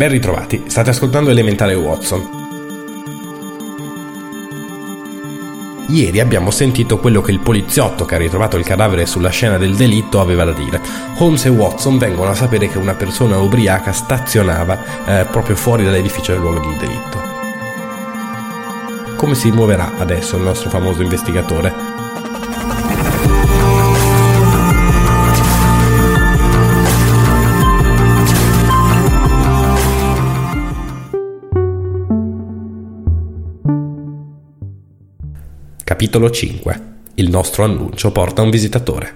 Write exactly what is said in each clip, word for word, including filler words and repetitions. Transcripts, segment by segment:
Ben ritrovati, state ascoltando Elementare Watson. Ieri abbiamo sentito quello che il poliziotto che ha ritrovato il cadavere sulla scena del delitto aveva da dire. Holmes e Watson vengono a sapere che una persona ubriaca stazionava eh, proprio fuori dall'edificio del luogo del delitto. Come si muoverà adesso il nostro famoso investigatore? Capitolo cinque. Il nostro annuncio porta un visitatore.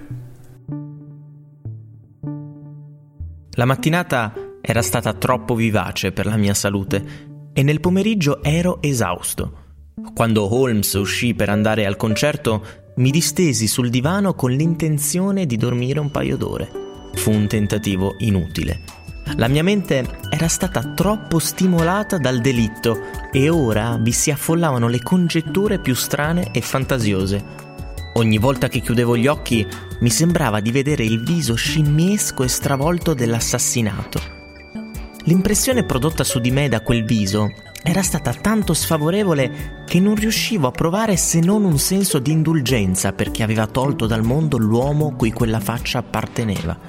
La mattinata era stata troppo vivace per la mia salute e nel pomeriggio ero esausto. Quando Holmes uscì per andare al concerto, mi distesi sul divano con l'intenzione di dormire un paio d'ore. Fu un tentativo inutile. La mia mente era stata troppo stimolata dal delitto e ora vi si affollavano le congetture più strane e fantasiose. Ogni volta che chiudevo gli occhi mi sembrava di vedere il viso scimmiesco e stravolto dell'assassinato. L'impressione prodotta su di me da quel viso era stata tanto sfavorevole che non riuscivo a provare se non un senso di indulgenza per chi aveva tolto dal mondo l'uomo cui quella faccia apparteneva.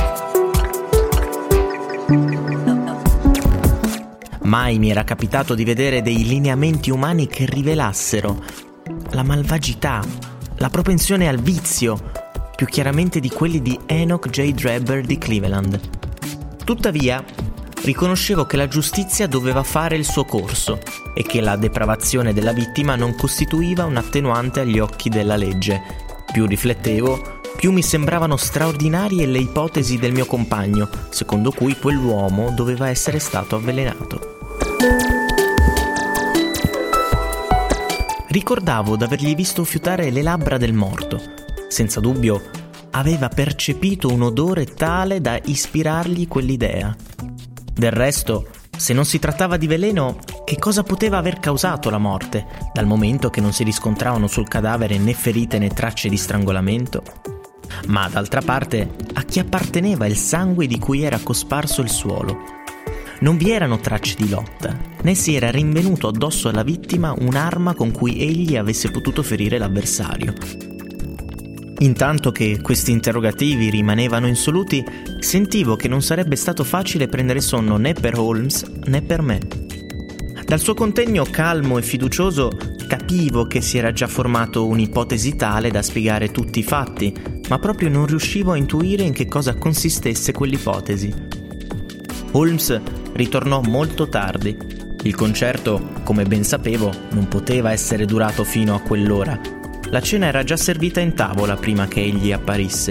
Mai mi era capitato di vedere dei lineamenti umani che rivelassero la malvagità, la propensione al vizio, più chiaramente di quelli di Enoch J. Drebber di Cleveland. Tuttavia, riconoscevo che la giustizia doveva fare il suo corso e che la depravazione della vittima non costituiva un attenuante agli occhi della legge. Più riflettevo, più mi sembravano straordinarie le ipotesi del mio compagno, secondo cui quell'uomo doveva essere stato avvelenato. Ricordavo d'avergli visto fiutare le labbra del morto. Senza dubbio, aveva percepito un odore tale da ispirargli quell'idea. Del resto, se non si trattava di veleno, che cosa poteva aver causato la morte, dal momento che non si riscontravano sul cadavere né ferite né tracce di strangolamento? Ma d'altra parte, a chi apparteneva il sangue di cui era cosparso il suolo? Non vi erano tracce di lotta, né si era rinvenuto addosso alla vittima un'arma con cui egli avesse potuto ferire l'avversario. Intanto che questi interrogativi rimanevano insoluti, sentivo che non sarebbe stato facile prendere sonno né per Holmes né per me. Dal suo contegno calmo e fiducioso capivo che si era già formato un'ipotesi tale da spiegare tutti i fatti, ma proprio non riuscivo a intuire in che cosa consistesse quell'ipotesi. Holmes ritornò molto tardi. Il concerto, come ben sapevo, non poteva essere durato fino a quell'ora. La cena era già servita in tavola prima che egli apparisse.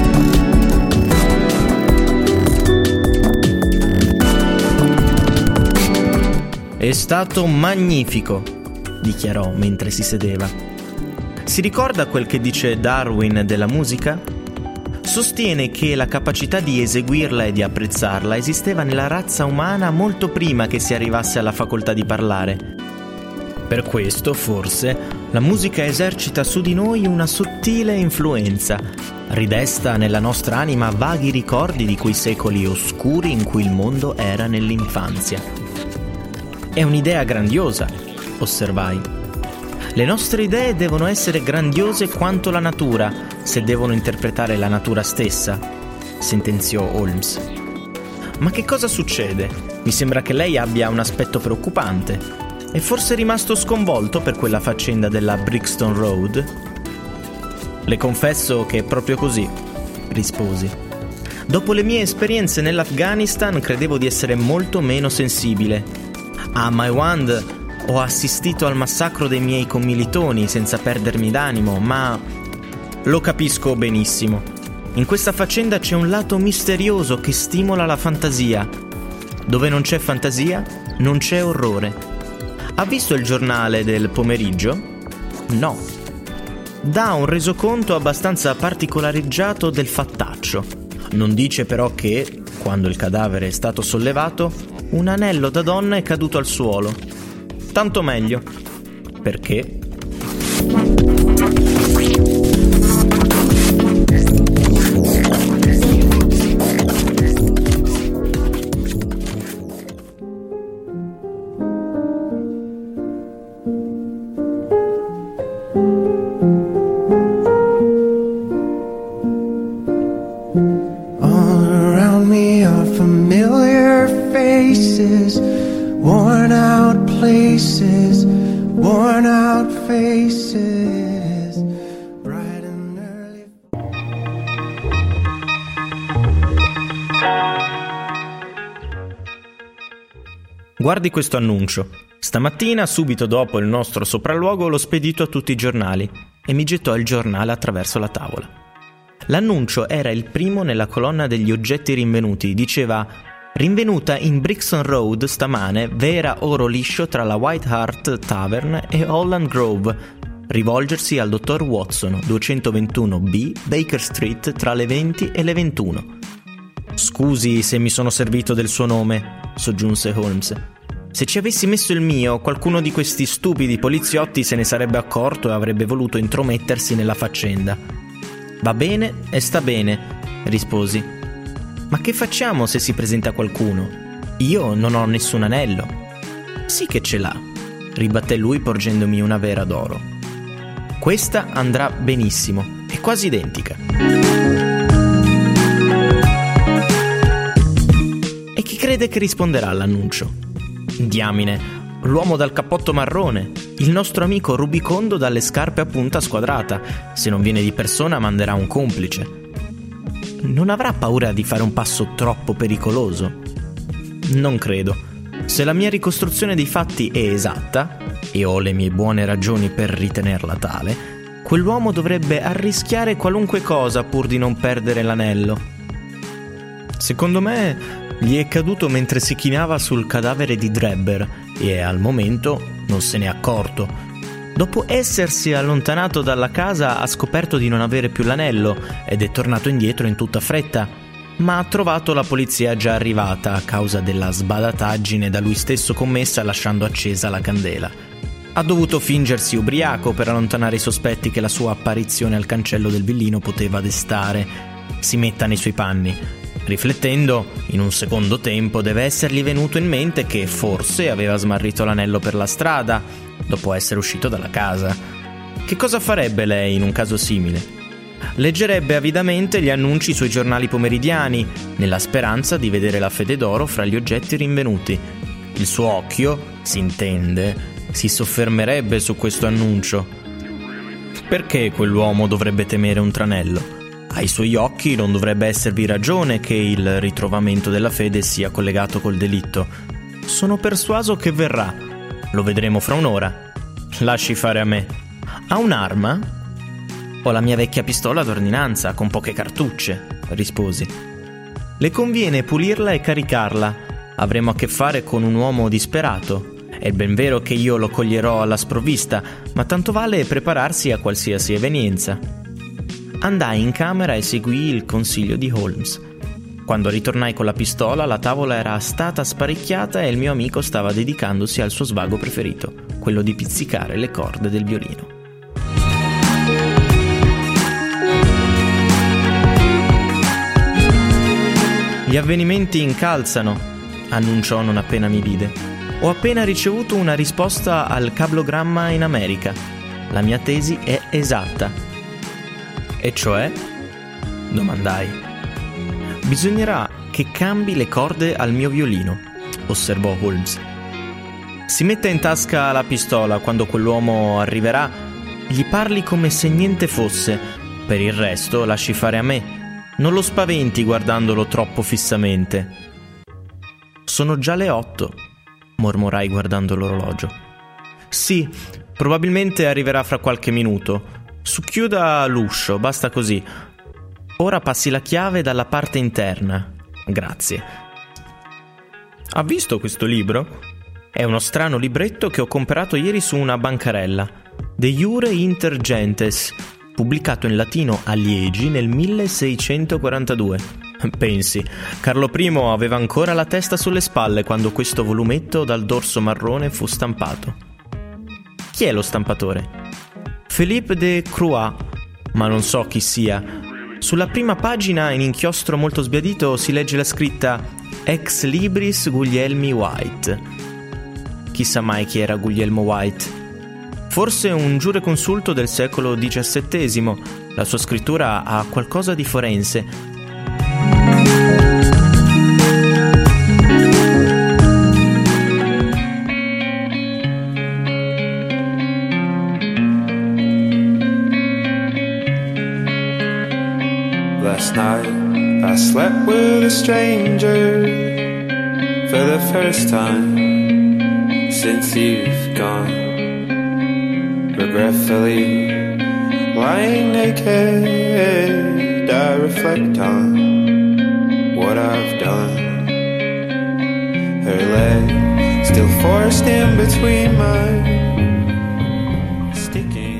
«È stato magnifico», dichiarò mentre si sedeva. «Si ricorda quel che dice Darwin della musica? Sostiene che la capacità di eseguirla e di apprezzarla esisteva nella razza umana molto prima che si arrivasse alla facoltà di parlare. Per questo, forse, la musica esercita su di noi una sottile influenza, ridesta nella nostra anima vaghi ricordi di quei secoli oscuri in cui il mondo era nell'infanzia». «È un'idea grandiosa», osservai. «Le nostre idee devono essere grandiose quanto la natura, se devono interpretare la natura stessa», sentenziò Holmes. «Ma che cosa succede? Mi sembra che lei abbia un aspetto preoccupante. È forse rimasto sconvolto per quella faccenda della Brixton Road?» «Le confesso che è proprio così», risposi. «Dopo le mie esperienze nell'Afghanistan credevo di essere molto meno sensibile. A Maiwand ho assistito al massacro dei miei commilitoni senza perdermi d'animo, ma lo capisco benissimo. In questa faccenda c'è un lato misterioso che stimola la fantasia. Dove non c'è fantasia, non c'è orrore. Ha visto il giornale del pomeriggio? No. Dà un resoconto abbastanza particolareggiato del fattaccio. Non dice però che, quando il cadavere è stato sollevato, un anello da donna è caduto al suolo. Tanto meglio. Perché? All around me are familiar faces, worn out places, worn out faces, bright and early. Guardi questo annuncio. Stamattina, subito dopo il nostro sopralluogo, l'ho spedito a tutti i giornali e mi gettò il giornale attraverso la tavola. L'annuncio era il primo nella colonna degli oggetti rinvenuti. Diceva: rinvenuta in Brixton Road stamane vera oro liscio tra la White Hart Tavern e Holland Grove. Rivolgersi al dottor Watson, duecentoventuno B, Baker Street, tra le venti e le ventuno. Scusi se mi sono servito del suo nome, soggiunse Holmes. Se ci avessi messo il mio, qualcuno di questi stupidi poliziotti se ne sarebbe accorto e avrebbe voluto intromettersi nella faccenda. Va bene e sta bene, risposi. Ma che facciamo se si presenta qualcuno? Io non ho nessun anello. Sì che ce l'ha, ribatté lui porgendomi una vera d'oro. Questa andrà benissimo, è quasi identica. E chi crede che risponderà all'annuncio? Diamine, l'uomo dal cappotto marrone, il nostro amico rubicondo dalle scarpe a punta squadrata. Se non viene di persona manderà un complice. Non avrà paura di fare un passo troppo pericoloso? Non credo. Se la mia ricostruzione dei fatti è esatta, e ho le mie buone ragioni per ritenerla tale, quell'uomo dovrebbe arrischiare qualunque cosa pur di non perdere l'anello. Secondo me gli è caduto mentre si chinava sul cadavere di Drebber e al momento non se n'è accorto. Dopo essersi allontanato dalla casa ha scoperto di non avere più l'anello ed è tornato indietro in tutta fretta, ma ha trovato la polizia già arrivata a causa della sbadataggine da lui stesso commessa lasciando accesa la candela. Ha dovuto fingersi ubriaco per allontanare i sospetti che la sua apparizione al cancello del villino poteva destare. Si metta nei suoi panni. Riflettendo, in un secondo tempo deve essergli venuto in mente che forse aveva smarrito l'anello per la strada, dopo essere uscito dalla casa. Che cosa farebbe lei in un caso simile? Leggerebbe avidamente gli annunci sui giornali pomeridiani, nella speranza di vedere la fede d'oro fra gli oggetti rinvenuti. Il suo occhio, si intende, si soffermerebbe su questo annuncio. Perché quell'uomo dovrebbe temere un tranello? Ai suoi occhi non dovrebbe esservi ragione che il ritrovamento della fede sia collegato col delitto. Sono persuaso che verrà. Lo vedremo fra un'ora. Lasci fare a me. Ha un'arma? Ho la mia vecchia pistola d'ordinanza con poche cartucce, risposi. Le conviene pulirla e caricarla. Avremo a che fare con un uomo disperato. È ben vero che io lo coglierò alla sprovvista, ma tanto vale prepararsi a qualsiasi evenienza. Andai in camera e seguii il consiglio di Holmes. Quando ritornai con la pistola, la tavola era stata sparecchiata e il mio amico stava dedicandosi al suo svago preferito, quello di pizzicare le corde del violino. Gli avvenimenti incalzano, annunciò non appena mi vide. Ho appena ricevuto una risposta al cablogramma in America. La mia tesi è esatta. E cioè? Domandai. Bisognerà che cambi le corde al mio violino, osservò Holmes. Si metta in tasca la pistola quando quell'uomo arriverà, gli parli come se niente fosse. Per il resto lasci fare a me. Non lo spaventi guardandolo troppo fissamente. Sono già le otto, mormorai guardando l'orologio. Sì, probabilmente arriverà fra qualche minuto. Succhiuda l'uscio, basta così. Ora passi la chiave dalla parte interna. Grazie. Ha visto questo libro? È uno strano libretto che ho comprato ieri su una bancarella. De Jure Inter Gentes, pubblicato in latino a Liegi nel milleseicentoquarantadue. Pensi, Carlo Primo aveva ancora la testa sulle spalle quando questo volumetto dal dorso marrone fu stampato. Chi è lo stampatore? Philippe de Croix, ma non so chi sia. Sulla prima pagina in inchiostro molto sbiadito si legge la scritta Ex Libris Guglielmi White. Chissà mai chi era Guglielmo White. Forse un giureconsulto del secolo diciassettesimo. La sua scrittura ha qualcosa di forense. Last night I slept with a stranger for the first time since you've gone. Regretfully lying naked, I reflect on what I've done. Her leg still forced in between mine, sticking.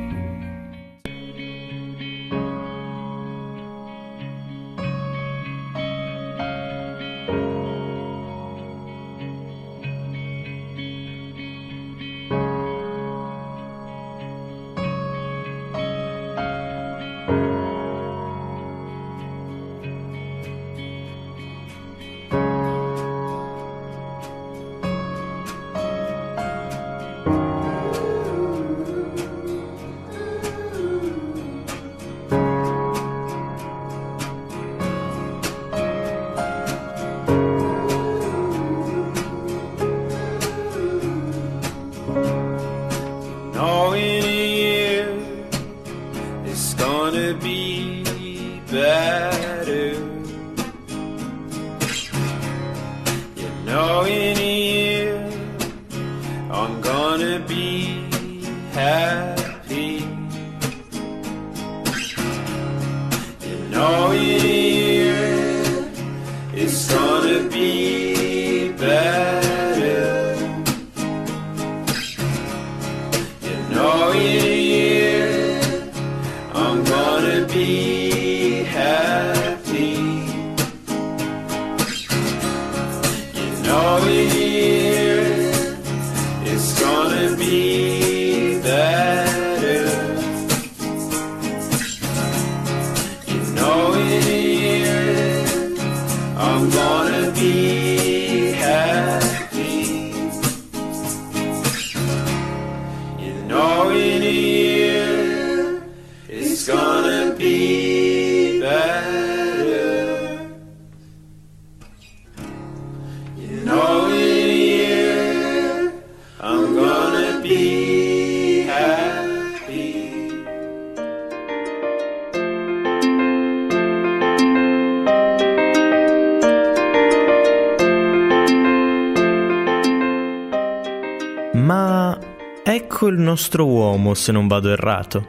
Ma ecco il nostro uomo, se non vado errato.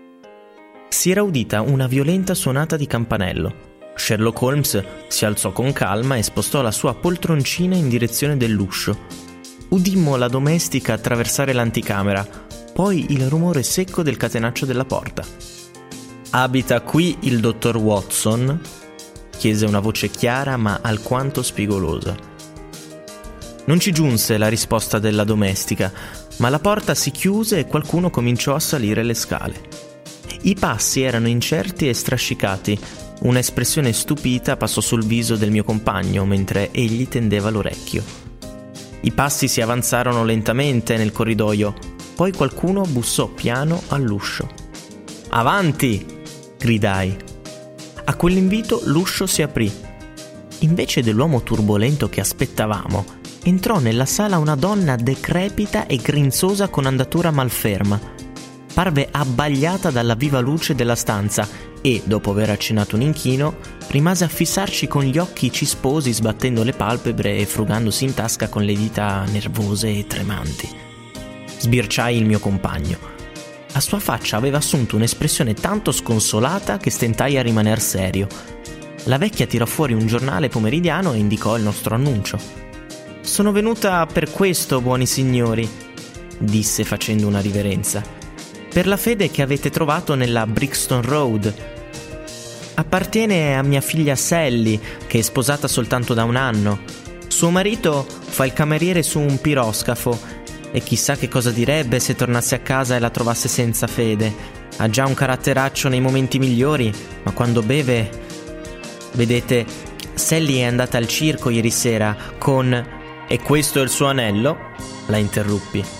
Si era udita una violenta suonata di campanello. Sherlock Holmes si alzò con calma e spostò la sua poltroncina in direzione dell'uscio. Udimmo la domestica attraversare l'anticamera, poi il rumore secco del catenaccio della porta. «Abita qui il dottor Watson?» chiese una voce chiara ma alquanto spigolosa. Non ci giunse la risposta della domestica, ma la porta si chiuse e qualcuno cominciò a salire le scale. I passi erano incerti e strascicati. Una espressione stupita passò sul viso del mio compagno mentre egli tendeva l'orecchio. I passi si avanzarono lentamente nel corridoio, poi qualcuno bussò piano all'uscio. «Avanti!» gridai. A quell'invito l'uscio si aprì. Invece dell'uomo turbolento che aspettavamo, entrò nella sala una donna decrepita e grinzosa con andatura malferma. Parve abbagliata dalla viva luce della stanza e, dopo aver accennato un inchino, rimase a fissarci con gli occhi cisposi, sbattendo le palpebre e frugandosi in tasca con le dita nervose e tremanti. Sbirciai il mio compagno. La sua faccia aveva assunto un'espressione tanto sconsolata che stentai a rimaner serio. La vecchia tirò fuori un giornale pomeridiano e indicò il nostro annuncio. «Sono venuta per questo, buoni signori», disse facendo una riverenza, «per la fede che avete trovato nella Brixton Road. Appartiene a mia figlia Sally, che è sposata soltanto da un anno. Suo marito fa il cameriere su un piroscafo e chissà che cosa direbbe se tornasse a casa e la trovasse senza fede. Ha già un caratteraccio nei momenti migliori, ma quando beve... Vedete, Sally è andata al circo ieri sera con... E questo è il suo anello?» la interruppi.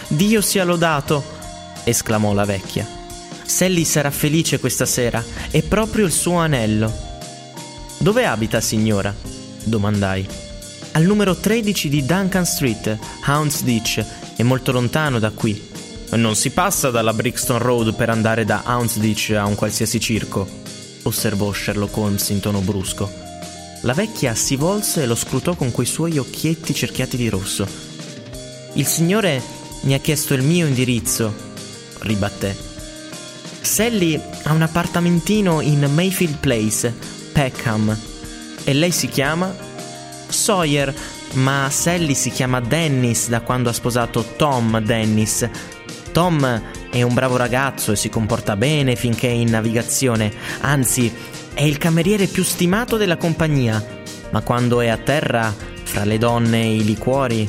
Dio sia lodato!» esclamò la vecchia. «Sally sarà felice questa sera, è proprio il suo anello». «Dove abita, signora?» domandai. «Al numero tredici di Duncan Street, Houndsditch, è molto lontano da qui». «Non si passa dalla Brixton Road per andare da Houndsditch a un qualsiasi circo», osservò Sherlock Holmes in tono brusco. La vecchia si volse e lo scrutò con quei suoi occhietti cerchiati di rosso. «Il signore mi ha chiesto il mio indirizzo», ribatté. «Sally ha un appartamentino in Mayfield Place, Peckham. E lei si chiama?» «Sawyer, ma Sally si chiama Dennis da quando ha sposato Tom Dennis. Tom è un bravo ragazzo e si comporta bene finché è in navigazione, anzi è il cameriere più stimato della compagnia, ma quando è a terra, fra le donne e i liquori...»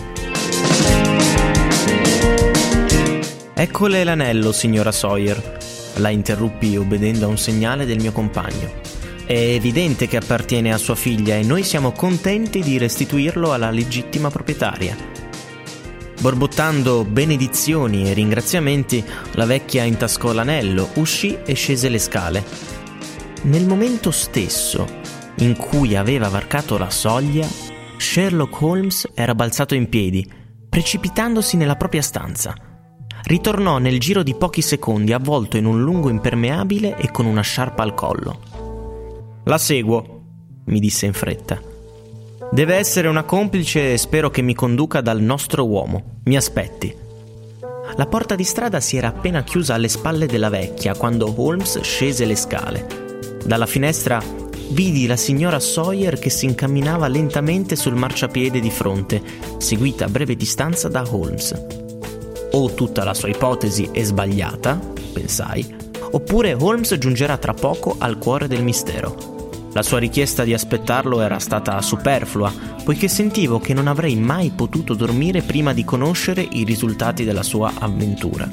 «Eccole l'anello, signora Sawyer», la interruppi obbedendo a un segnale del mio compagno. «È evidente che appartiene a sua figlia e noi siamo contenti di restituirlo alla legittima proprietaria». Borbottando benedizioni e ringraziamenti, la vecchia intascò l'anello, uscì e scese le scale. Nel momento stesso in cui aveva varcato la soglia, Sherlock Holmes era balzato in piedi, precipitandosi nella propria stanza. Ritornò nel giro di pochi secondi, avvolto in un lungo impermeabile e con una sciarpa al collo. «La seguo», mi disse in fretta. «Deve essere una complice e spero che mi conduca dal nostro uomo. Mi aspetti». La porta di strada si era appena chiusa alle spalle della vecchia quando Holmes scese le scale. Dalla finestra vidi la signora Sawyer che si incamminava lentamente sul marciapiede di fronte, seguita a breve distanza da Holmes. O tutta la sua ipotesi è sbagliata, pensai, oppure Holmes giungerà tra poco al cuore del mistero. La sua richiesta di aspettarlo era stata superflua, poiché sentivo che non avrei mai potuto dormire prima di conoscere i risultati della sua avventura.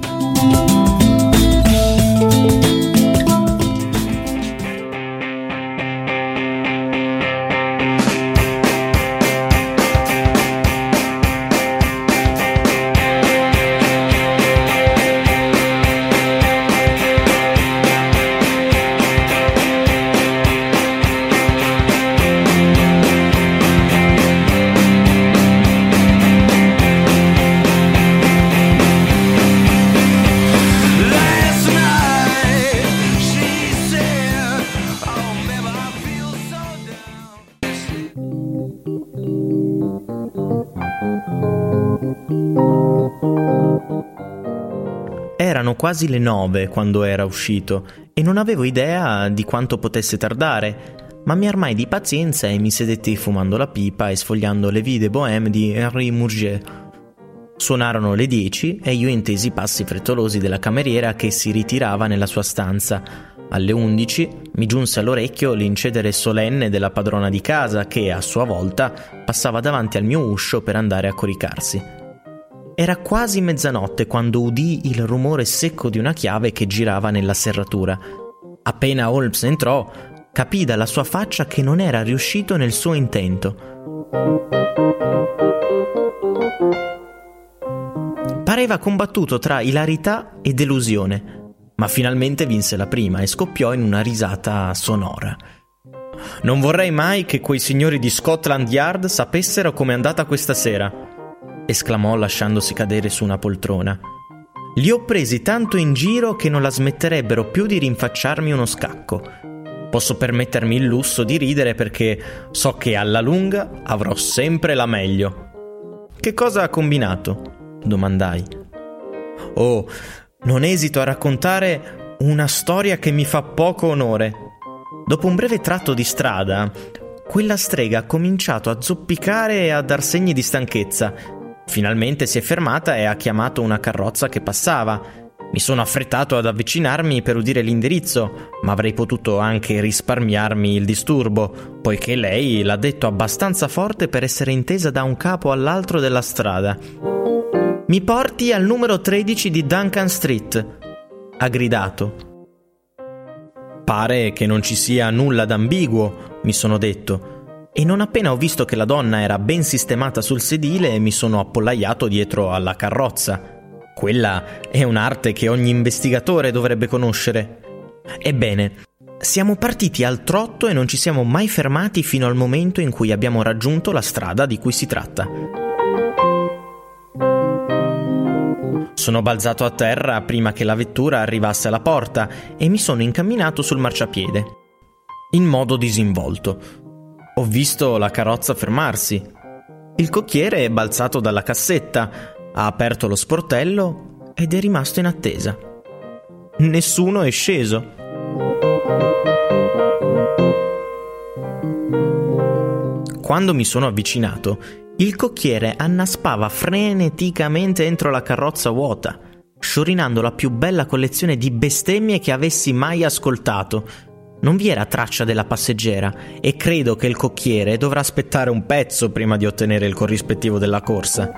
Erano quasi le nove quando era uscito e non avevo idea di quanto potesse tardare, ma mi armai di pazienza e mi sedetti fumando la pipa e sfogliando le vie de Bohème di Henri Murger. Suonarono le dieci e io intesi i passi frettolosi della cameriera che si ritirava nella sua stanza. Alle undici mi giunse all'orecchio l'incedere solenne della padrona di casa che, a sua volta, passava davanti al mio uscio per andare a coricarsi. Era quasi mezzanotte quando udii il rumore secco di una chiave che girava nella serratura. Appena Holmes entrò, capì dalla sua faccia che non era riuscito nel suo intento. Pareva combattuto tra ilarità e delusione, ma finalmente vinse la prima e scoppiò in una risata sonora. «Non vorrei mai che quei signori di Scotland Yard sapessero com'è andata questa sera», esclamò lasciandosi cadere su una poltrona. «Li ho presi tanto in giro che non la smetterebbero più di rinfacciarmi uno scacco. Posso permettermi il lusso di ridere perché so che alla lunga avrò sempre la meglio». «Che cosa ha combinato?» domandai. «Oh, non esito a raccontare una storia che mi fa poco onore. Dopo un breve tratto di strada, quella strega ha cominciato a zoppicare e a dar segni di stanchezza. Finalmente si è fermata e ha chiamato una carrozza che passava. Mi sono affrettato ad avvicinarmi per udire l'indirizzo, ma avrei potuto anche risparmiarmi il disturbo, poiché lei l'ha detto abbastanza forte per essere intesa da un capo all'altro della strada. «Mi porti al numero tredici di Duncan Street», ha gridato. «Pare che non ci sia nulla d'ambiguo», mi sono detto. e non appena ho visto che la donna era ben sistemata sul sedile mi sono appollaiato dietro alla carrozza. Quella è un'arte che ogni investigatore dovrebbe conoscere. Ebbene, siamo partiti al trotto e non ci siamo mai fermati fino al momento in cui abbiamo raggiunto la strada di cui si tratta. Sono balzato a terra prima che la vettura arrivasse alla porta e mi sono incamminato sul marciapiede, in modo disinvolto. Ho visto la carrozza fermarsi. Il cocchiere è balzato dalla cassetta, ha aperto lo sportello ed è rimasto in attesa. Nessuno è sceso. Quando mi sono avvicinato, il cocchiere annaspava freneticamente entro la carrozza vuota, sciorinando la più bella collezione di bestemmie che avessi mai ascoltato. Non vi era traccia della passeggera e credo che il cocchiere dovrà aspettare un pezzo prima di ottenere il corrispettivo della corsa.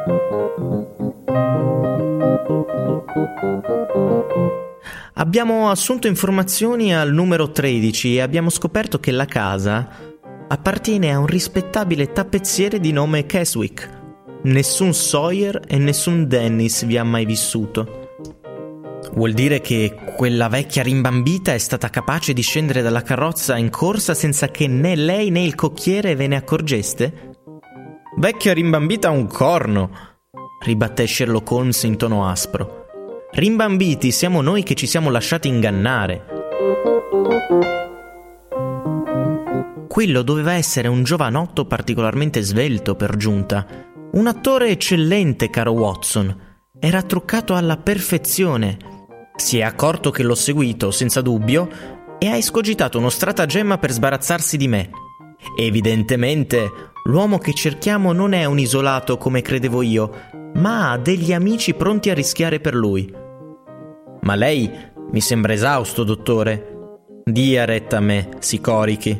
Abbiamo assunto informazioni al numero tredici e abbiamo scoperto che la casa appartiene a un rispettabile tappezziere di nome Keswick. Nessun Sawyer e nessun Dennis vi ha mai vissuto. Vuol dire che quella vecchia rimbambita è stata capace di scendere dalla carrozza in corsa senza che né lei né il cocchiere ve ne accorgeste? Vecchia rimbambita un corno, ribatté Sherlock Holmes in tono aspro. Rimbambiti siamo noi che ci siamo lasciati ingannare. Quello doveva essere un giovanotto particolarmente svelto per giunta. Un attore eccellente, caro Watson. Era truccato alla perfezione. Si è accorto che l'ho seguito, senza dubbio, e ha escogitato uno stratagemma per sbarazzarsi di me. Evidentemente, l'uomo che cerchiamo non è un isolato come credevo io, ma ha degli amici pronti a rischiare per lui. Ma lei mi sembra esausto, dottore. Dia retta a me, si corichi.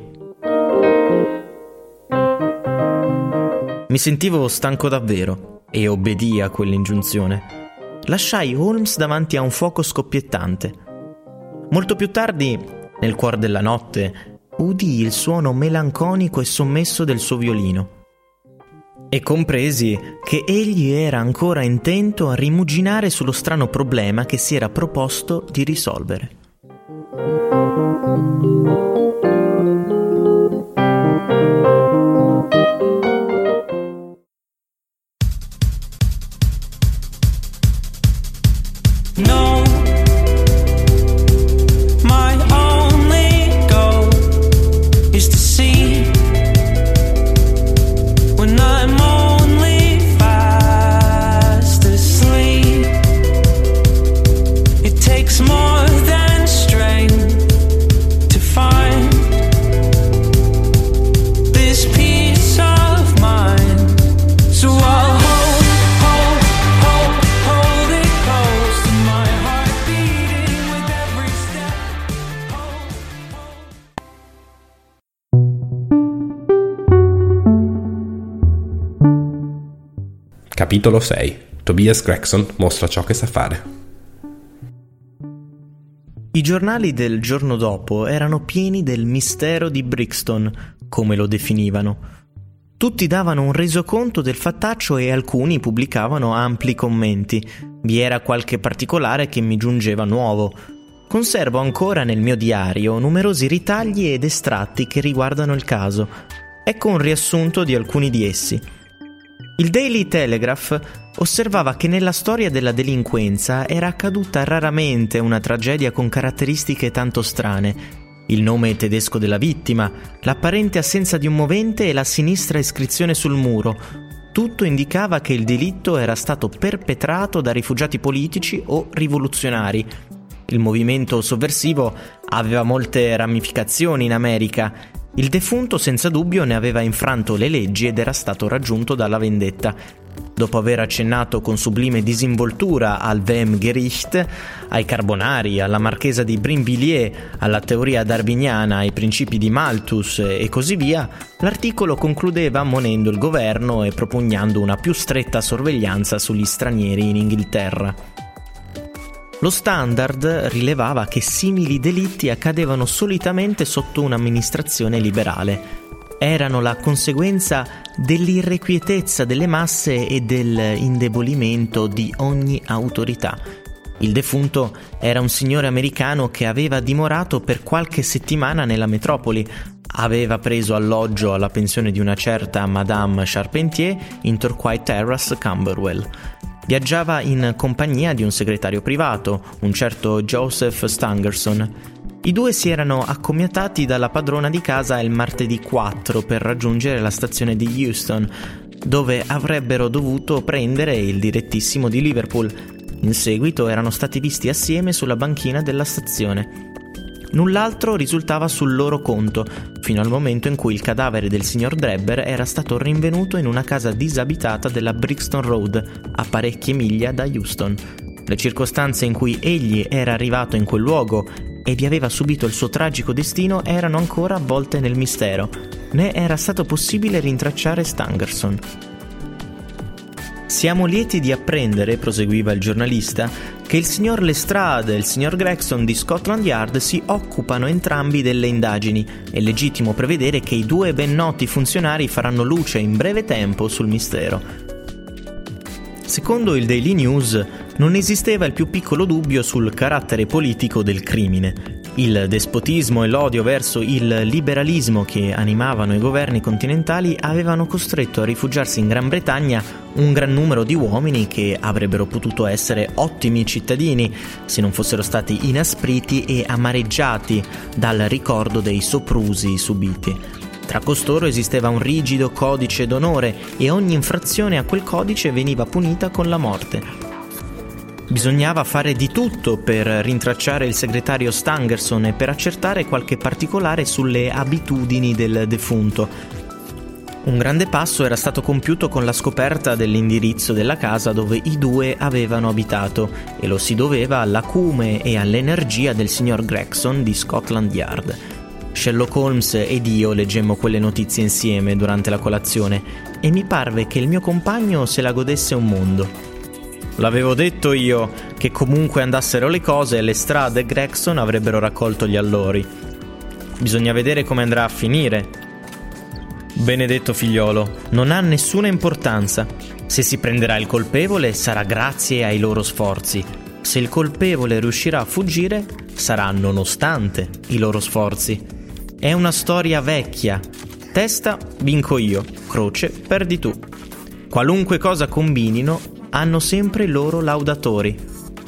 Mi sentivo stanco davvero e obbedii a quell'ingiunzione. Lasciai Holmes davanti a un fuoco scoppiettante. Molto più tardi, nel cuor della notte, udii il suono melanconico e sommesso del suo violino e compresi che egli era ancora intento a rimuginare sullo strano problema che si era proposto di risolvere. No, my only goal is to see when I'm only fast asleep. It takes more than strength to find this peace of mind. So I'll hold, hold, hold, hold it close to my heart beating with every step. Hold, hold. Capitolo sei. Tobias Gregson mostra ciò che sa fare. I giornali del giorno dopo erano pieni del mistero di Brixton, come lo definivano. Tutti davano un resoconto del fattaccio e alcuni pubblicavano ampli commenti. Vi era qualche particolare che mi giungeva nuovo. Conservo ancora nel mio diario numerosi ritagli ed estratti che riguardano il caso. Ecco un riassunto di alcuni di essi. Il Daily Telegraph osservava che nella storia della delinquenza era accaduta raramente una tragedia con caratteristiche tanto strane. Il nome tedesco della vittima, l'apparente assenza di un movente e la sinistra iscrizione sul muro. Tutto indicava che il delitto era stato perpetrato da rifugiati politici o rivoluzionari. Il movimento sovversivo aveva molte ramificazioni in America. Il defunto senza dubbio ne aveva infranto le leggi ed era stato raggiunto dalla vendetta. Dopo aver accennato con sublime disinvoltura al Wehmgericht, ai Carbonari, alla marchesa di Brinvilliers, alla teoria darwiniana, ai principi di Malthus e così via, l'articolo concludeva ammonendo il governo e propugnando una più stretta sorveglianza sugli stranieri in Inghilterra. Lo Standard rilevava che simili delitti accadevano solitamente sotto un'amministrazione liberale. erano la conseguenza dell'irrequietezza delle masse e dell'indebolimento di ogni autorità. Il defunto era un signore americano che aveva dimorato per qualche settimana nella metropoli. Aveva preso alloggio alla pensione di una certa Madame Charpentier in Torquay Terrace, Camberwell. Viaggiava in compagnia di un segretario privato, un certo Joseph Stangerson. I due si erano accomiatati dalla padrona di casa il martedì quattro per raggiungere la stazione di Euston, dove avrebbero dovuto prendere il direttissimo di Liverpool. In seguito erano stati visti assieme sulla banchina della stazione. Null'altro risultava sul loro conto, fino al momento in cui il cadavere del signor Drebber era stato rinvenuto in una casa disabitata della Brixton Road, a parecchie miglia da Euston. Le circostanze in cui egli era arrivato in quel luogo e vi aveva subito il suo tragico destino erano ancora avvolte nel mistero, né era stato possibile rintracciare Stangerson. Siamo lieti di apprendere, proseguiva il giornalista, che il signor Lestrade e il signor Gregson di Scotland Yard si occupano entrambi delle indagini. È legittimo prevedere che i due ben noti funzionari faranno luce in breve tempo sul mistero. Secondo il Daily News, non esisteva il più piccolo dubbio sul carattere politico del crimine. Il despotismo e l'odio verso il liberalismo che animavano i governi continentali avevano costretto a rifugiarsi in Gran Bretagna un gran numero di uomini che avrebbero potuto essere ottimi cittadini se non fossero stati inaspriti e amareggiati dal ricordo dei soprusi subiti. Tra costoro esisteva un rigido codice d'onore e ogni infrazione a quel codice veniva punita con la morte. Bisognava fare di tutto per rintracciare il segretario Stangerson e per accertare qualche particolare sulle abitudini del defunto. Un grande passo era stato compiuto con la scoperta dell'indirizzo della casa dove i due avevano abitato, e lo si doveva all'acume e all'energia del signor Gregson di Scotland Yard. Sherlock Holmes ed io leggemmo quelle notizie insieme durante la colazione e mi parve che il mio compagno se la godesse un mondo. L'avevo detto io che comunque andassero le cose, Lestrade e Gregson avrebbero raccolto gli allori. Bisogna vedere come andrà a finire. Benedetto figliolo, non ha nessuna importanza. Se si prenderà il colpevole sarà grazie ai loro sforzi. Se il colpevole riuscirà a fuggire sarà nonostante i loro sforzi. È una storia vecchia. Testa vinco io, croce perdi tu. Qualunque cosa combinino hanno sempre i loro laudatori.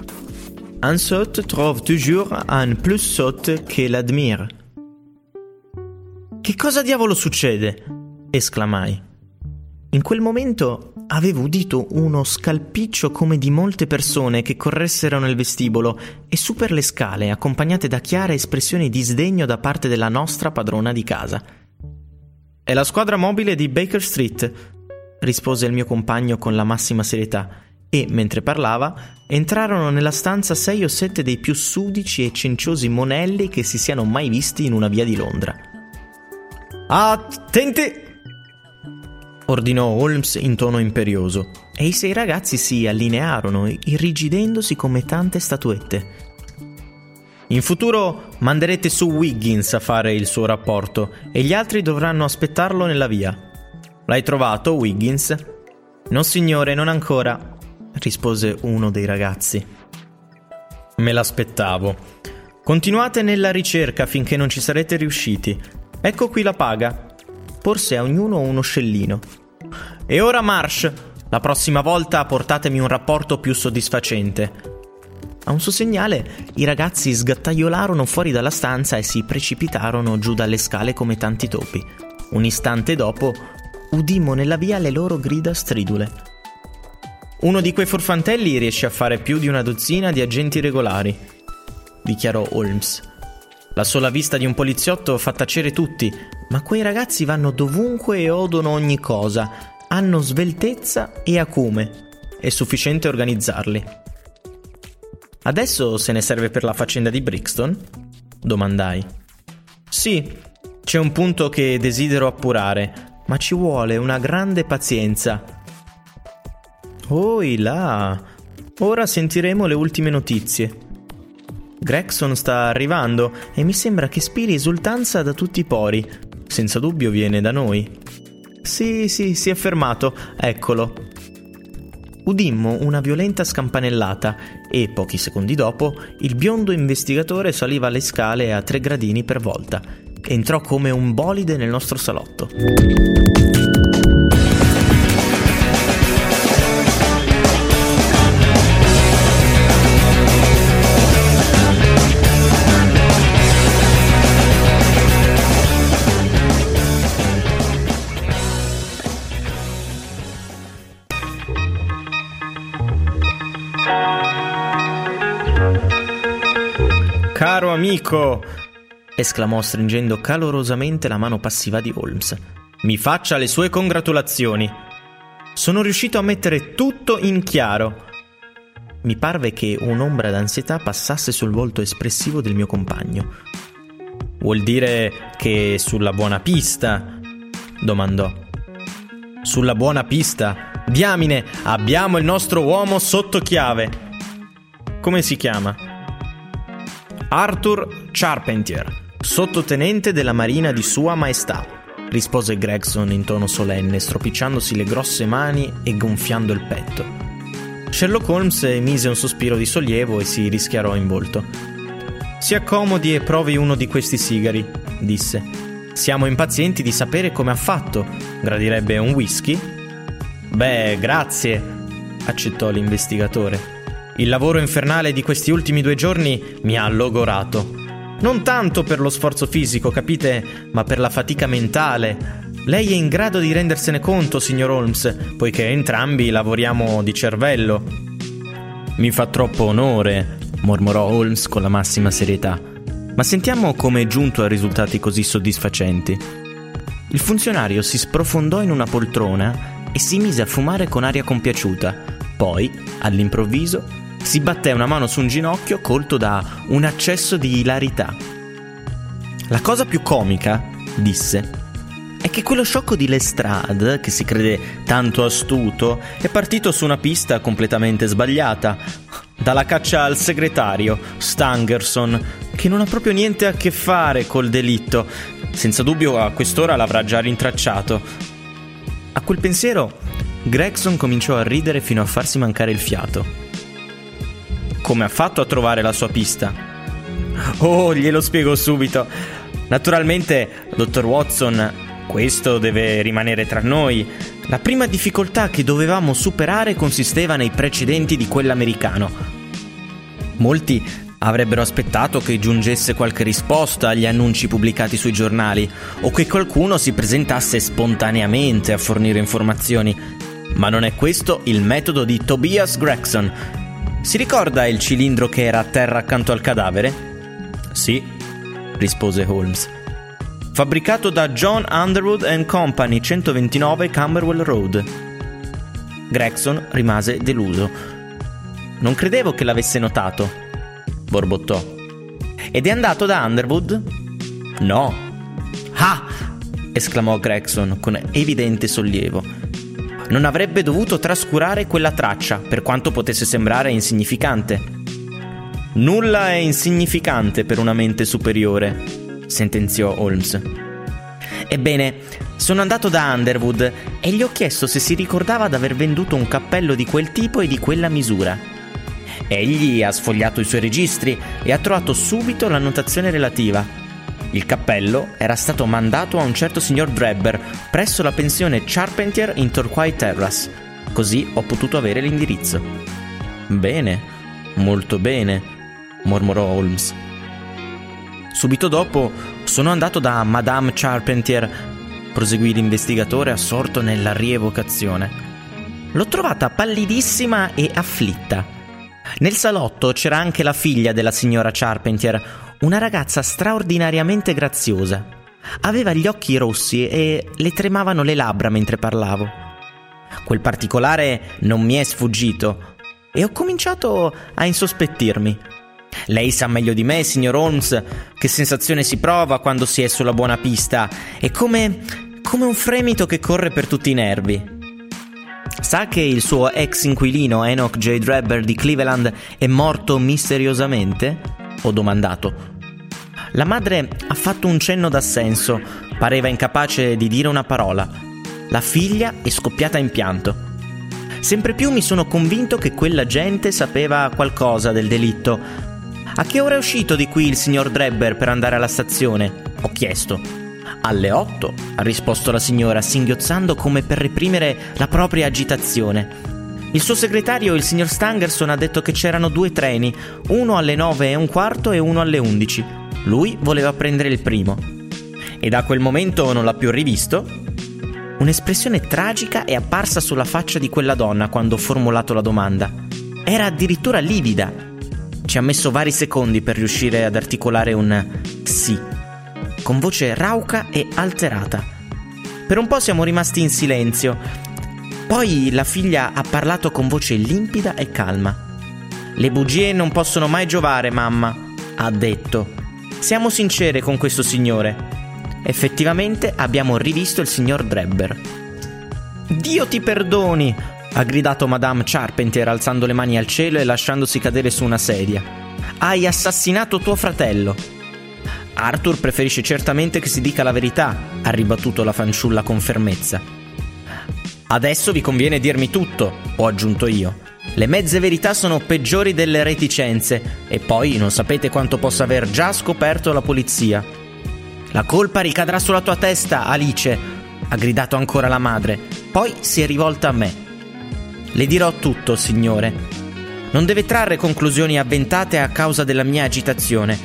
Un sot trouve toujours un plus sot che l'admire. Che cosa diavolo succede? Esclamai. In quel momento avevo udito uno scalpiccio come di molte persone che corressero nel vestibolo e su per le scale, accompagnate da chiare espressioni di sdegno da parte della nostra padrona di casa. È la squadra mobile di Baker Street, rispose il mio compagno con la massima serietà, e, mentre parlava, entrarono nella stanza sei o sette dei più sudici e cenciosi monelli che si siano mai visti in una via di Londra. «Attenti!» ordinò Holmes in tono imperioso, e i sei ragazzi si allinearono, irrigidendosi come tante statuette. «In futuro manderete su Wiggins a fare il suo rapporto, e gli altri dovranno aspettarlo nella via. L'hai trovato, Wiggins?» «No, signore, non ancora», rispose uno dei ragazzi. «Me l'aspettavo. Continuate nella ricerca finché non ci sarete riusciti. Ecco qui la paga». Porse a ognuno uno scellino. «E ora march! La prossima volta portatemi un rapporto più soddisfacente». A un suo segnale, i ragazzi sgattaiolarono fuori dalla stanza e si precipitarono giù dalle scale come tanti topi. Un istante dopo udimmo nella via le loro grida stridule. «Uno di quei furfantelli riesce a fare più di una dozzina di agenti regolari», dichiarò Holmes. «La sola vista di un poliziotto fa tacere tutti, ma quei ragazzi vanno dovunque e odono ogni cosa. Hanno sveltezza e acume. È sufficiente organizzarli». «Adesso se ne serve per la faccenda di Brixton?» domandai. «Sì, c'è un punto che desidero appurare, ma ci vuole una grande pazienza». «Oh là, ora sentiremo le ultime notizie. Gregson sta arrivando e mi sembra che spiri esultanza da tutti i pori. senza dubbio viene da noi. Sì, sì, si è fermato, eccolo. Udimmo una violenta scampanellata e, pochi secondi dopo, il biondo investigatore saliva le scale a tre gradini per volta. Entrò come un bolide nel nostro salotto. Caro amico, esclamò stringendo calorosamente la mano passiva di Holmes, mi faccia le sue congratulazioni. Sono riuscito a mettere tutto in chiaro. Mi parve che un'ombra d'ansietà passasse sul volto espressivo del mio compagno. Vuol dire che sulla buona pista? Domandò. Sulla buona pista? Diamine, abbiamo il nostro uomo sotto chiave. Come si chiama? Arthur Charpentier, sottotenente della Marina di Sua Maestà, rispose Gregson in tono solenne, stropicciandosi le grosse mani e gonfiando il petto. Sherlock Holmes emise un sospiro di sollievo e si rischiarò in volto. Si accomodi e provi uno di questi sigari, disse. Siamo impazienti di sapere come ha fatto. Gradirebbe un whisky? Beh, grazie, accettò l'investigatore. Il lavoro infernale di questi ultimi due giorni mi ha logorato. Non tanto per lo sforzo fisico, capite, ma per la fatica mentale. Lei è in grado di rendersene conto, signor Holmes, poiché entrambi lavoriamo di cervello. Mi fa troppo onore, mormorò Holmes con la massima serietà. Ma sentiamo come è giunto a risultati così soddisfacenti. Il funzionario si sprofondò in una poltrona e si mise a fumare con aria compiaciuta. Poi, all'improvviso, si batté una mano su un ginocchio colto da un accesso di ilarità. La cosa più comica, disse, è che quello sciocco di Lestrade, che si crede tanto astuto, è partito su una pista completamente sbagliata, dalla caccia al segretario, Stangerson, che non ha proprio niente a che fare col delitto. Senza dubbio a quest'ora l'avrà già rintracciato. A quel pensiero Gregson cominciò a ridere fino a farsi mancare il fiato. Come ha fatto a trovare la sua pista? Oh, glielo spiego subito. Naturalmente, dottor Watson, questo deve rimanere tra noi. La prima difficoltà che dovevamo superare consisteva nei precedenti di quell'americano. Molti avrebbero aspettato che giungesse qualche risposta agli annunci pubblicati sui giornali o che qualcuno si presentasse spontaneamente a fornire informazioni. Ma non è questo il metodo di Tobias Gregson. Si ricorda il cilindro che era a terra accanto al cadavere? Sì, rispose Holmes. Fabbricato da John Underwood and Company, centoventinove Camberwell Road. Gregson rimase deluso. Non credevo che l'avesse notato, borbottò. Ed è andato da Underwood? No. Ah! Esclamò Gregson con evidente sollievo. Non avrebbe dovuto trascurare quella traccia, per quanto potesse sembrare insignificante. Nulla è insignificante per una mente superiore, sentenziò Holmes. Ebbene, sono andato da Underwood e gli ho chiesto se si ricordava d'aver venduto un cappello di quel tipo e di quella misura. Egli ha sfogliato i suoi registri e ha trovato subito l'annotazione relativa. Il cappello era stato mandato a un certo signor Drebber presso la pensione Charpentier in Torquay Terrace. Così ho potuto avere l'indirizzo. Bene, molto bene, mormorò Holmes. Subito dopo sono andato da Madame Charpentier, proseguì l'investigatore assorto nella rievocazione. L'ho trovata pallidissima e afflitta. Nel salotto c'era anche la figlia della signora Charpentier, una ragazza straordinariamente graziosa. Aveva gli occhi rossi e le tremavano le labbra mentre parlavo. Quel particolare non mi è sfuggito e ho cominciato a insospettirmi. Lei sa meglio di me, signor Holmes, che sensazione si prova quando si è sulla buona pista. È come, come un fremito che corre per tutti i nervi. Sa che il suo ex inquilino Enoch J. Drebber di Cleveland è morto misteriosamente? Ho domandato. La madre ha fatto un cenno d'assenso, Pareva incapace di dire una parola. La figlia è scoppiata in pianto. Sempre più mi sono convinto che quella gente sapeva qualcosa del delitto. A che ora è uscito di qui il signor Drebber per andare alla stazione? Ho chiesto. Alle otto, ha risposto la signora, singhiozzando come per reprimere la propria agitazione. Il suo segretario, il signor Stangerson, ha detto che c'erano due treni, uno alle nove e un quarto e uno alle undici. Lui voleva prendere il primo. E da quel momento non l'ha più rivisto? Un'espressione tragica è apparsa sulla faccia di quella donna quando ho formulato la domanda. Era addirittura livida. Ci ha messo vari secondi per riuscire ad articolare un sì, con voce rauca e alterata. Per un po' siamo rimasti in silenzio. Poi la figlia ha parlato con voce limpida e calma. Le bugie non possono mai giovare, mamma, ha detto. Siamo sincere con questo signore. Effettivamente abbiamo rivisto il signor Drebber. Dio ti perdoni, ha gridato Madame Charpentier alzando le mani al cielo e lasciandosi cadere su una sedia. Hai assassinato tuo fratello. Arthur preferisce certamente che si dica la verità, ha ribattuto la fanciulla con fermezza. Adesso vi conviene dirmi tutto, ho aggiunto io. Le mezze verità sono peggiori delle reticenze e poi non sapete quanto possa aver già scoperto la polizia. La colpa ricadrà sulla tua testa, Alice, ha gridato ancora la madre. Poi si è rivolta a me. Le dirò tutto, signore. Non deve trarre conclusioni avventate a causa della mia agitazione.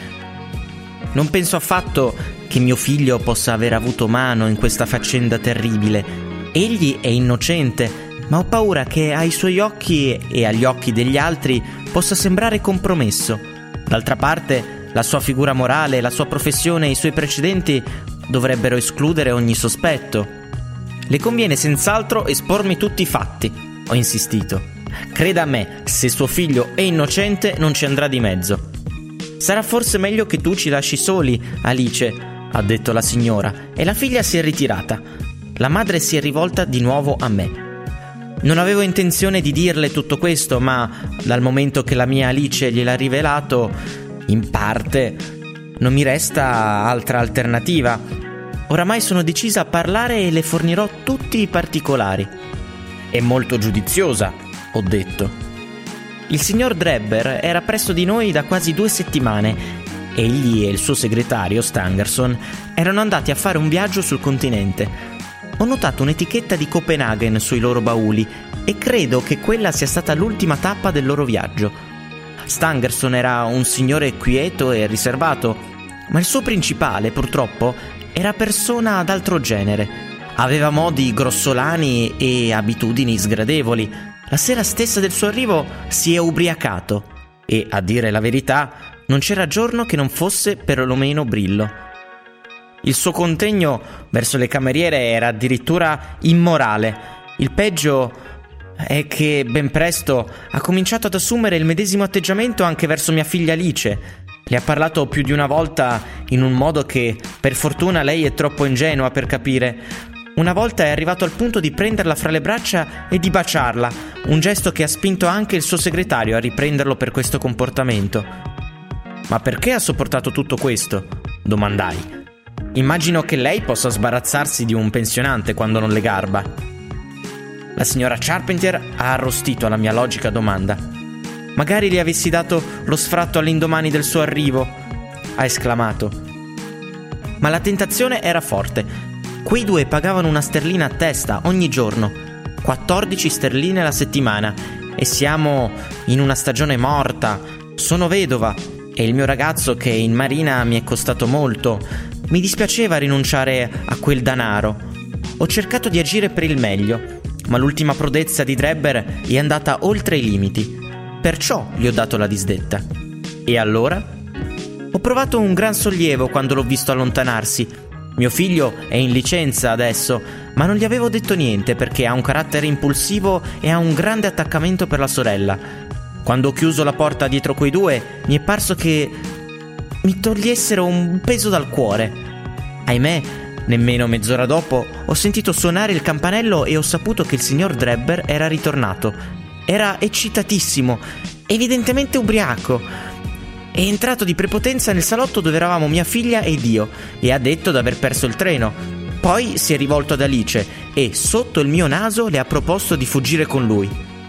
Non penso affatto che mio figlio possa aver avuto mano in questa faccenda terribile. Egli è innocente, ma ho paura che ai suoi occhi e agli occhi degli altri possa sembrare compromesso. D'altra parte, la sua figura morale, la sua professione e i suoi precedenti dovrebbero escludere ogni sospetto. Le conviene senz'altro espormi tutti i fatti, ho insistito. Creda a me, se suo figlio è innocente non ci andrà di mezzo. Sarà forse meglio che tu ci lasci soli, Alice, ha detto la signora, e la figlia si è ritirata. La madre si è rivolta di nuovo a me. Non avevo intenzione di dirle tutto questo, ma dal momento che la mia Alice gliel'ha rivelato, in parte, non mi resta altra alternativa. Oramai sono decisa a parlare e le fornirò tutti i particolari. È molto giudiziosa, ho detto. Il signor Drebber era presso di noi da quasi due settimane. Egli e il suo segretario, Stangerson, erano andati a fare un viaggio sul continente. Ho notato un'etichetta di Copenaghen sui loro bauli e credo che quella sia stata l'ultima tappa del loro viaggio. Stangerson era un signore quieto e riservato, ma il suo principale, purtroppo, era persona d'altro genere. Aveva modi grossolani e abitudini sgradevoli. La sera stessa del suo arrivo si è ubriacato e, a dire la verità, non c'era giorno che non fosse perlomeno brillo. Il suo contegno verso le cameriere era addirittura immorale. Il peggio è che ben presto ha cominciato ad assumere il medesimo atteggiamento anche verso mia figlia Alice. Le ha parlato più di una volta in un modo che, per fortuna, lei è troppo ingenua per capire. Una volta è arrivato al punto di prenderla fra le braccia e di baciarla, un gesto che ha spinto anche il suo segretario a riprenderlo per questo comportamento. Ma perché ha sopportato tutto questo? Domandai. Immagino che lei possa sbarazzarsi di un pensionante quando non le garba. La signora Charpentier ha arrostito alla mia logica domanda. Magari gli avessi dato lo sfratto all'indomani del suo arrivo, ha esclamato. Ma la tentazione era forte. Quei due pagavano una sterlina a testa ogni giorno, quattordici sterline alla settimana, e siamo in una stagione morta. Sono vedova e il mio ragazzo, che in marina mi è costato molto. Mi dispiaceva rinunciare a quel danaro. Ho cercato di agire per il meglio, ma l'ultima prodezza di Drebber è andata oltre i limiti. Perciò gli ho dato la disdetta. E allora? Ho provato un gran sollievo quando l'ho visto allontanarsi. Mio figlio è in licenza adesso, ma non gli avevo detto niente perché ha un carattere impulsivo e ha un grande attaccamento per la sorella. Quando ho chiuso la porta dietro quei due, mi è parso che mi togliessero un peso dal cuore. Ahimè, nemmeno mezz'ora dopo ho sentito suonare il campanello e ho saputo che il signor Drebber era ritornato. Era eccitatissimo, evidentemente ubriaco. È entrato di prepotenza nel salotto dove eravamo mia figlia ed io e ha detto d'aver perso il treno. Poi si è rivolto ad Alice e, sotto il mio naso, le ha proposto di fuggire con lui.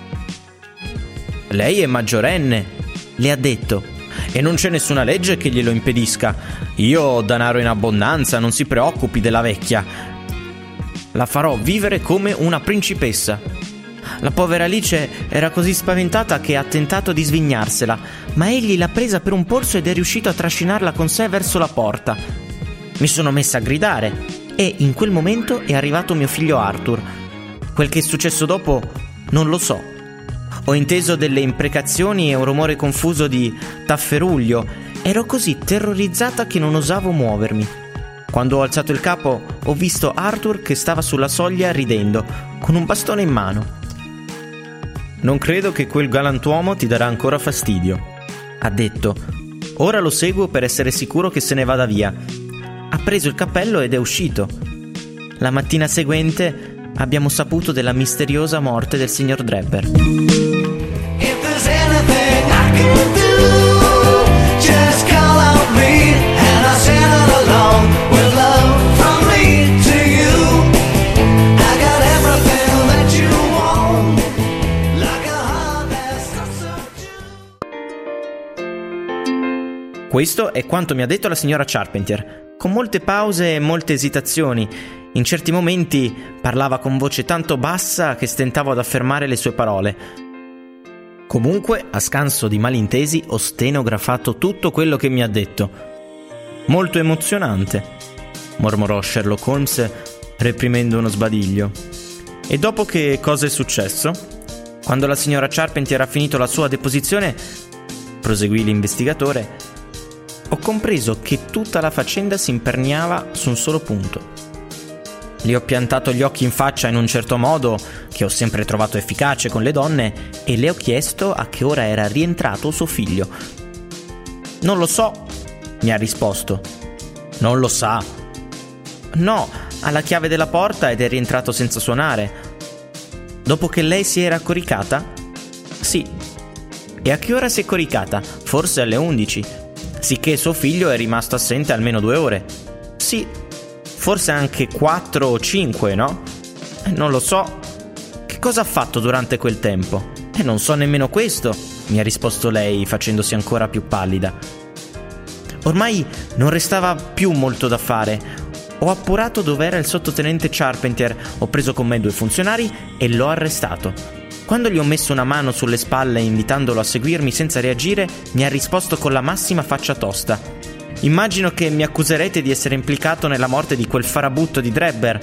Lei è maggiorenne, le ha detto, e non c'è nessuna legge che glielo impedisca. Io ho denaro in abbondanza, non si preoccupi della vecchia. La farò vivere come una principessa. La povera Alice era così spaventata che ha tentato di svignarsela, ma egli l'ha presa per un polso ed è riuscito a trascinarla con sé verso la porta. Mi sono messa a gridare e in quel momento è arrivato mio figlio Arthur. Quel che è successo dopo non lo so. Ho inteso delle imprecazioni e un rumore confuso di tafferuglio. Ero così terrorizzata che non osavo muovermi. Quando ho alzato il capo ho visto Arthur che stava sulla soglia ridendo, con un bastone in mano. Non credo che quel galantuomo ti darà ancora fastidio, ha detto. Ora lo seguo per essere sicuro che se ne vada via. Ha preso il cappello ed è uscito. La mattina seguente abbiamo saputo della misteriosa morte del signor Drebber. If there's anything I can do, just call out me and I'll sing it along with love from me to you. I got everything that you want, like a heart that's not so. Questo è quanto mi ha detto la signora Charpentier, con molte pause e molte esitazioni. In certi momenti parlava con voce tanto bassa che stentavo ad affermare le sue parole. Comunque, a scanso di malintesi, ho stenografato tutto quello che mi ha detto. Molto emozionante, mormorò Sherlock Holmes, reprimendo uno sbadiglio. E dopo che cosa è successo? Quando la signora Charpentier ha finito la sua deposizione, proseguì l'investigatore, ho compreso che tutta la faccenda si imperniava su un solo punto. Le ho piantato gli occhi in faccia in un certo modo che ho sempre trovato efficace con le donne e le ho chiesto a che ora era rientrato suo figlio. Non lo so, mi ha risposto. Non lo sa. No, ha la chiave della porta ed è rientrato senza suonare. Dopo che lei si era coricata? Sì. E a che ora si è coricata? Forse alle undici. Sicché suo figlio è rimasto assente almeno due ore. Sì. Forse anche quattro o cinque, no? Eh, non lo so. Che cosa ha fatto durante quel tempo? E non so nemmeno questo, mi ha risposto lei facendosi ancora più pallida. Ormai non restava più molto da fare. Ho appurato dov'era il sottotenente Charpentier, ho preso con me due funzionari e l'ho arrestato. Quando gli ho messo una mano sulle spalle invitandolo a seguirmi senza reagire, mi ha risposto con la massima faccia tosta. Immagino che mi accuserete di essere implicato nella morte di quel farabutto di Drebber.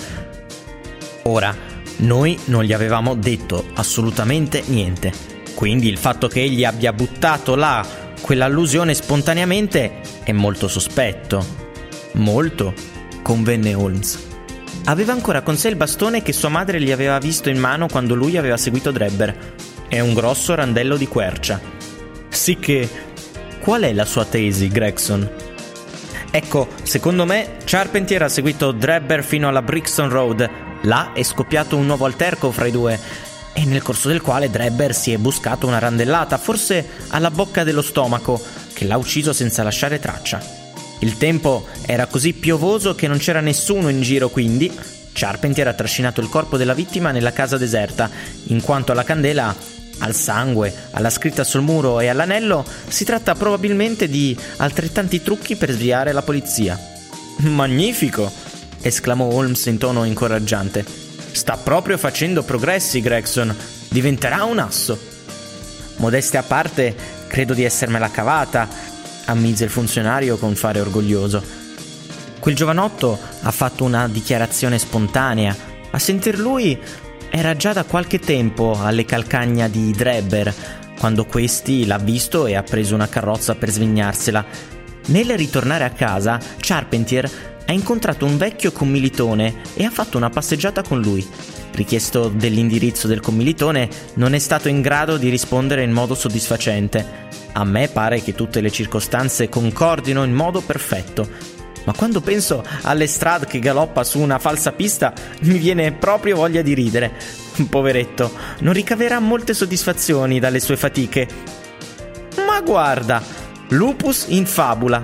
Ora, noi non gli avevamo detto assolutamente niente. Quindi il fatto che egli abbia buttato là quell'allusione spontaneamente è molto sospetto. Molto, convenne Holmes. Aveva ancora con sé il bastone che sua madre gli aveva visto in mano quando lui aveva seguito Drebber. È un grosso randello di quercia. Sicché, qual è la sua tesi, Gregson? Ecco, secondo me, Charpentier ha seguito Drebber fino alla Brixton Road. Là è scoppiato un nuovo alterco fra i due, e nel corso del quale Drebber si è buscato una randellata, forse alla bocca dello stomaco, che l'ha ucciso senza lasciare traccia. Il tempo era così piovoso che non c'era nessuno in giro, quindi Charpentier ha trascinato il corpo della vittima nella casa deserta, in quanto alla candela, al sangue, alla scritta sul muro e all'anello, si tratta probabilmente di altrettanti trucchi per sviare la polizia. Magnifico! Esclamò Holmes in tono incoraggiante. Sta proprio facendo progressi, Gregson. Diventerà un asso. Modestia a parte, credo di essermela cavata, ammise il funzionario con fare orgoglioso. Quel giovanotto ha fatto una dichiarazione spontanea. A sentir lui, era già da qualche tempo alle calcagna di Drebber, quando questi l'ha visto e ha preso una carrozza per svignarsela. Nel ritornare a casa, Charpentier ha incontrato un vecchio commilitone e ha fatto una passeggiata con lui. Richiesto dell'indirizzo del commilitone, non è stato in grado di rispondere in modo soddisfacente. A me pare che tutte le circostanze concordino in modo perfetto. Ma quando penso all'Estrade che galoppa su una falsa pista, mi viene proprio voglia di ridere. Poveretto, non ricaverà molte soddisfazioni dalle sue fatiche. Ma guarda, Lupus in fabula.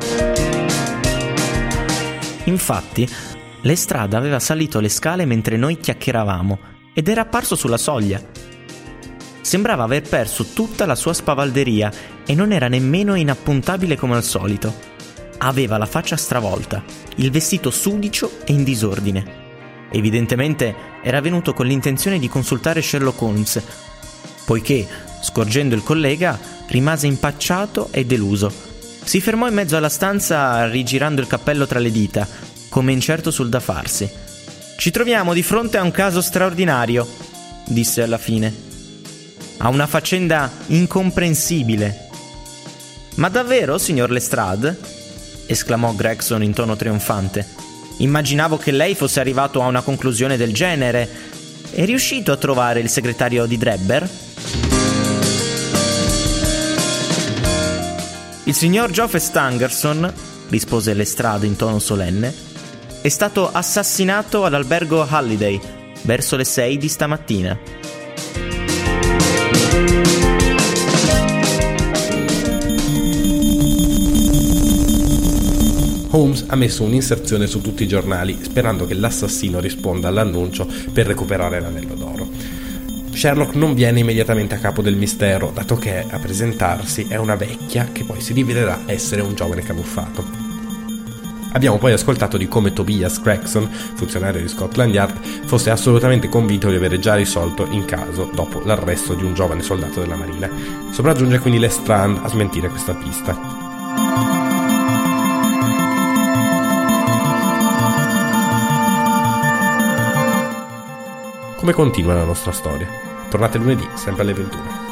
Infatti, Lestrade aveva salito le scale mentre noi chiacchieravamo ed era apparso sulla soglia. Sembrava aver perso tutta la sua spavalderia e non era nemmeno inappuntabile come al solito. Aveva la faccia stravolta, il vestito sudicio e in disordine. Evidentemente era venuto con l'intenzione di consultare Sherlock Holmes, poiché, scorgendo il collega, rimase impacciato e deluso. Si fermò in mezzo alla stanza rigirando il cappello tra le dita, come incerto sul da farsi. «Ci troviamo di fronte a un caso straordinario», disse alla fine. «A una faccenda incomprensibile». «Ma davvero, signor Lestrade?» esclamò Gregson in tono trionfante. «Immaginavo che lei fosse arrivato a una conclusione del genere. È riuscito a trovare il segretario di Drebber?» «Il signor Geoffrey Stangerson», rispose Lestrade in tono solenne, «è stato assassinato all'albergo Halliday verso le sei di stamattina». Holmes ha messo un'inserzione su tutti i giornali sperando che l'assassino risponda all'annuncio per recuperare l'anello d'oro. Sherlock non viene immediatamente a capo del mistero, dato che a presentarsi è una vecchia che poi si rivelerà essere un giovane camuffato. Abbiamo poi ascoltato di come Tobias Gregson, funzionario di Scotland Yard, fosse assolutamente convinto di avere già risolto il caso dopo l'arresto di un giovane soldato della marina. Sopraggiunge quindi Lestrade a smentire questa pista. Come continua la nostra storia? Tornate lunedì, sempre alle ventuno.